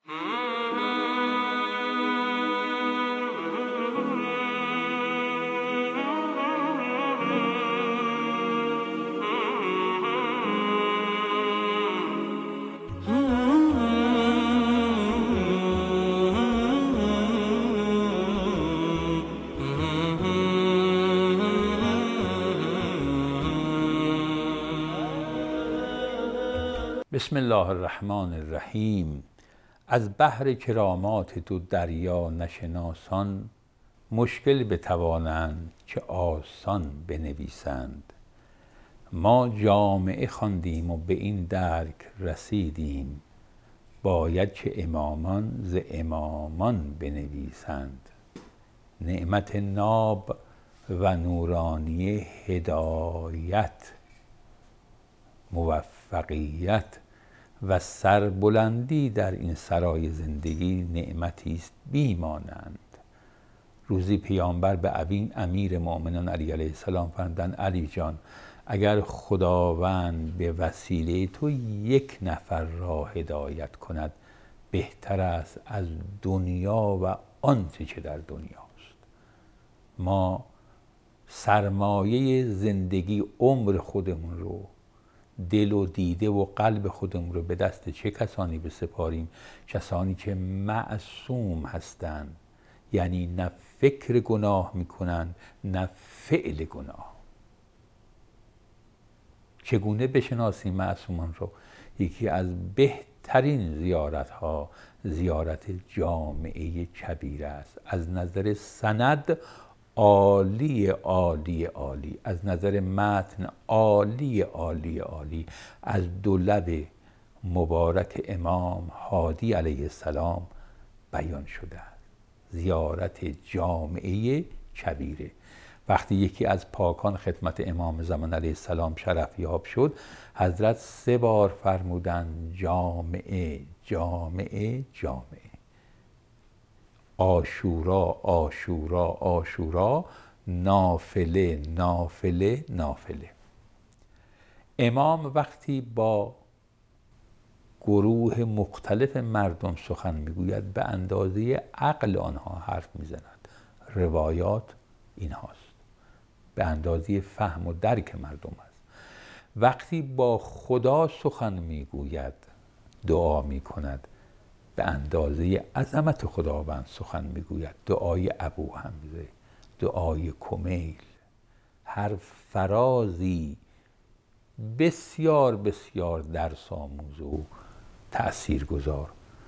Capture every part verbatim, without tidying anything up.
بسم الله الرحمن الرحیم. از بحر کرامات تو دریا نشناسان، مشکل بتوانند که آسان بنویسند. ما جامعه خواندیم و به این درک رسیدیم، باید که امامان ز امامان بنویسند. نعمت ناب و نورانی هدایت، موفقیت و سربلندی در این سرای زندگی نعمتی است بی مانند. روزی پیامبر به امیر مؤمنان علی علیه السلام فرمودند: علی جان، اگر خداوند به وسیله تو یک نفر را هدایت کند، بهتر است از دنیا و آنچه که در دنیاست. ما سرمایه زندگی عمر خودمون رو، دل و دیده و قلب خودمون رو به دست چه کسانی بسپاریم؟ کسانی که معصوم هستند، یعنی نه فکر گناه میکنند نه فعل گناه. چگونه بشناسیم معصومان رو؟ یکی از بهترین زیارت ها زیارت جامعه کبیره است. از نظر سند عالی عالی عالی، از نظر متن عالی عالی عالی، از دو لب مبارک امام هادی علیه السلام بیان شده است. زیارت جامعه کبیره. وقتی یکی از پاکان خدمت امام زمان علیه السلام شرفیاب شد، حضرت سه بار فرمودند: جامعه جامعه جامعه. آشورا آشورا آشورا، نافله نافله نافله. امام وقتی با گروه مختلف مردم سخن میگوید، به اندازه عقل آنها حرف میزند. روایات این هاست، به اندازه فهم و درک مردم است. وقتی با خدا سخن میگوید، دعا میکند، به اندازه عظمت خداوند سخن میگوید. دعای ابو حمزه، دعای کمیل، هر فرازی بسیار بسیار درس آموز و تأثیر گذار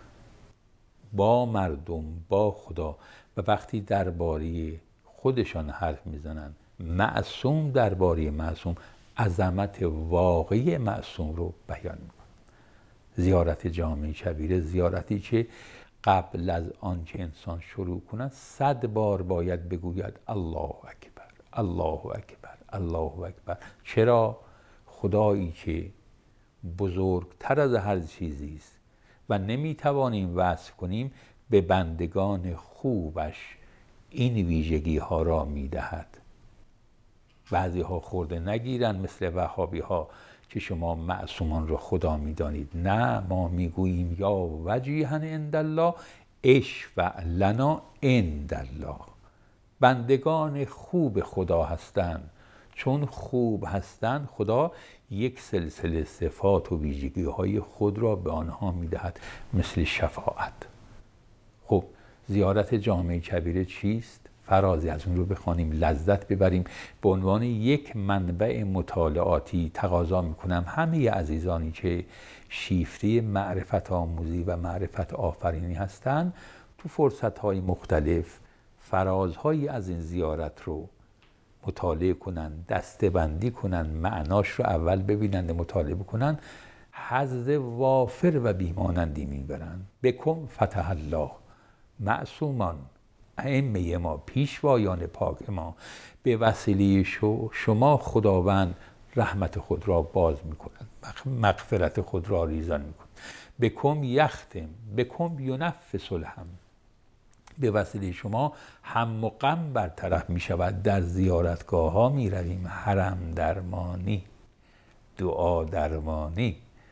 با مردم، با خدا. و وقتی درباره خودشان حرف میزنن، معصوم درباره معصوم، عظمت واقعی معصوم رو بیان میکنن. زیارت جامعه کبیره زیارتی که قبل از آن که انسان شروع کند صد بار باید بگوید الله اکبر الله اکبر الله اکبر. چرا؟ خدایی که بزرگتر از هر چیزی است و نمیتوانیم وصف کنیم، به بندگان خوبش این ویژگی ها را میدهد. بعضی ها خورده نگیرن، مثل وهابی ها که شما معصومان رو خدا میدانید. نه، ما میگوییم یا وجیها عند الله اشفع لنا عند الله. بندگان خوب خدا هستند. چون خوب هستند، خدا یک سلسله صفات و ویژگی های خود را به آنها میدهد، مثل شفاعت. خب زیارت جامعه کبیره چیست؟ فرازی از اون رو بخوانیم، لذت ببریم. به عنوان یک منبع مطالعاتی تقاضا میکنم همه عزیزانی که شیفته معرفت آموزی و معرفت آفرینی هستند، تو فرصتهای مختلف فرازهایی از این زیارت رو مطالعه کنن، دسته بندی کنن، معناش رو اول ببینند، مطالعه کنن، حظ وافر و بیمانندی میبرن. بکن فتح الله. معصومان، ائمه ما، پیشوایان پاک ما، به وسیله شما خداوند رحمت خود را باز میکند، مغفرت خود را ریزان میکند. بکم یختم بکم ینفس الهم. به وسیله شما هم و غم برطرف می شود. در زیارتگاه ها می رویم، حرم درمانی، دعا درمانی.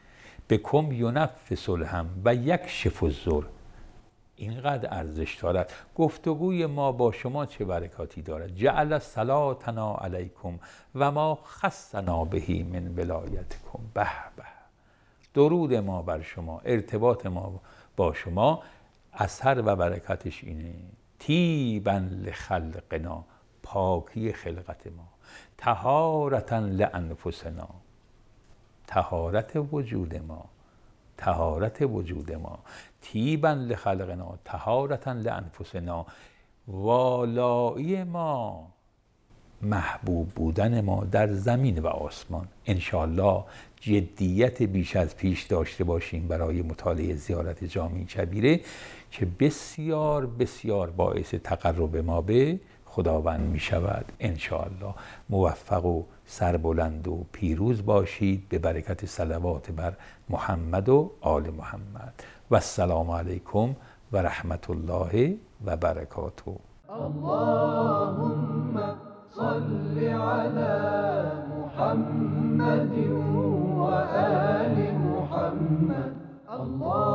به کم ینفس الهم و یکشف الضر. اینقدر ارزش دارد. گفتگوی ما با شما چه برکاتی دارد. جعل صلاتنا علیکم و ما خصنا بهی من ولایتکم. به به. درود ما بر شما، ارتباط ما با شما، اثر و برکتش اینه: طیبا لخلقنا، پاکی خلقت ما، طهارتا لانفسنا، طهارت وجود ما، طهارت وجود ما، طیبا لخلقنا، طهارتا لانفسنا، والایی ما، محبوب بودن ما در زمین و آسمان. انشاءالله جدیت بیش از پیش داشته باشیم برای مطالعه زیارت جامع کبیره که بسیار بسیار باعث تقرب ما به خداوند می شود. انشاءالله موفق و سربلند و پیروز باشید به برکت صلوات بر محمد و آل محمد. و السلام علیکم و رحمت الله و برکاته. اللهم صل على محمد وآل محمد. الله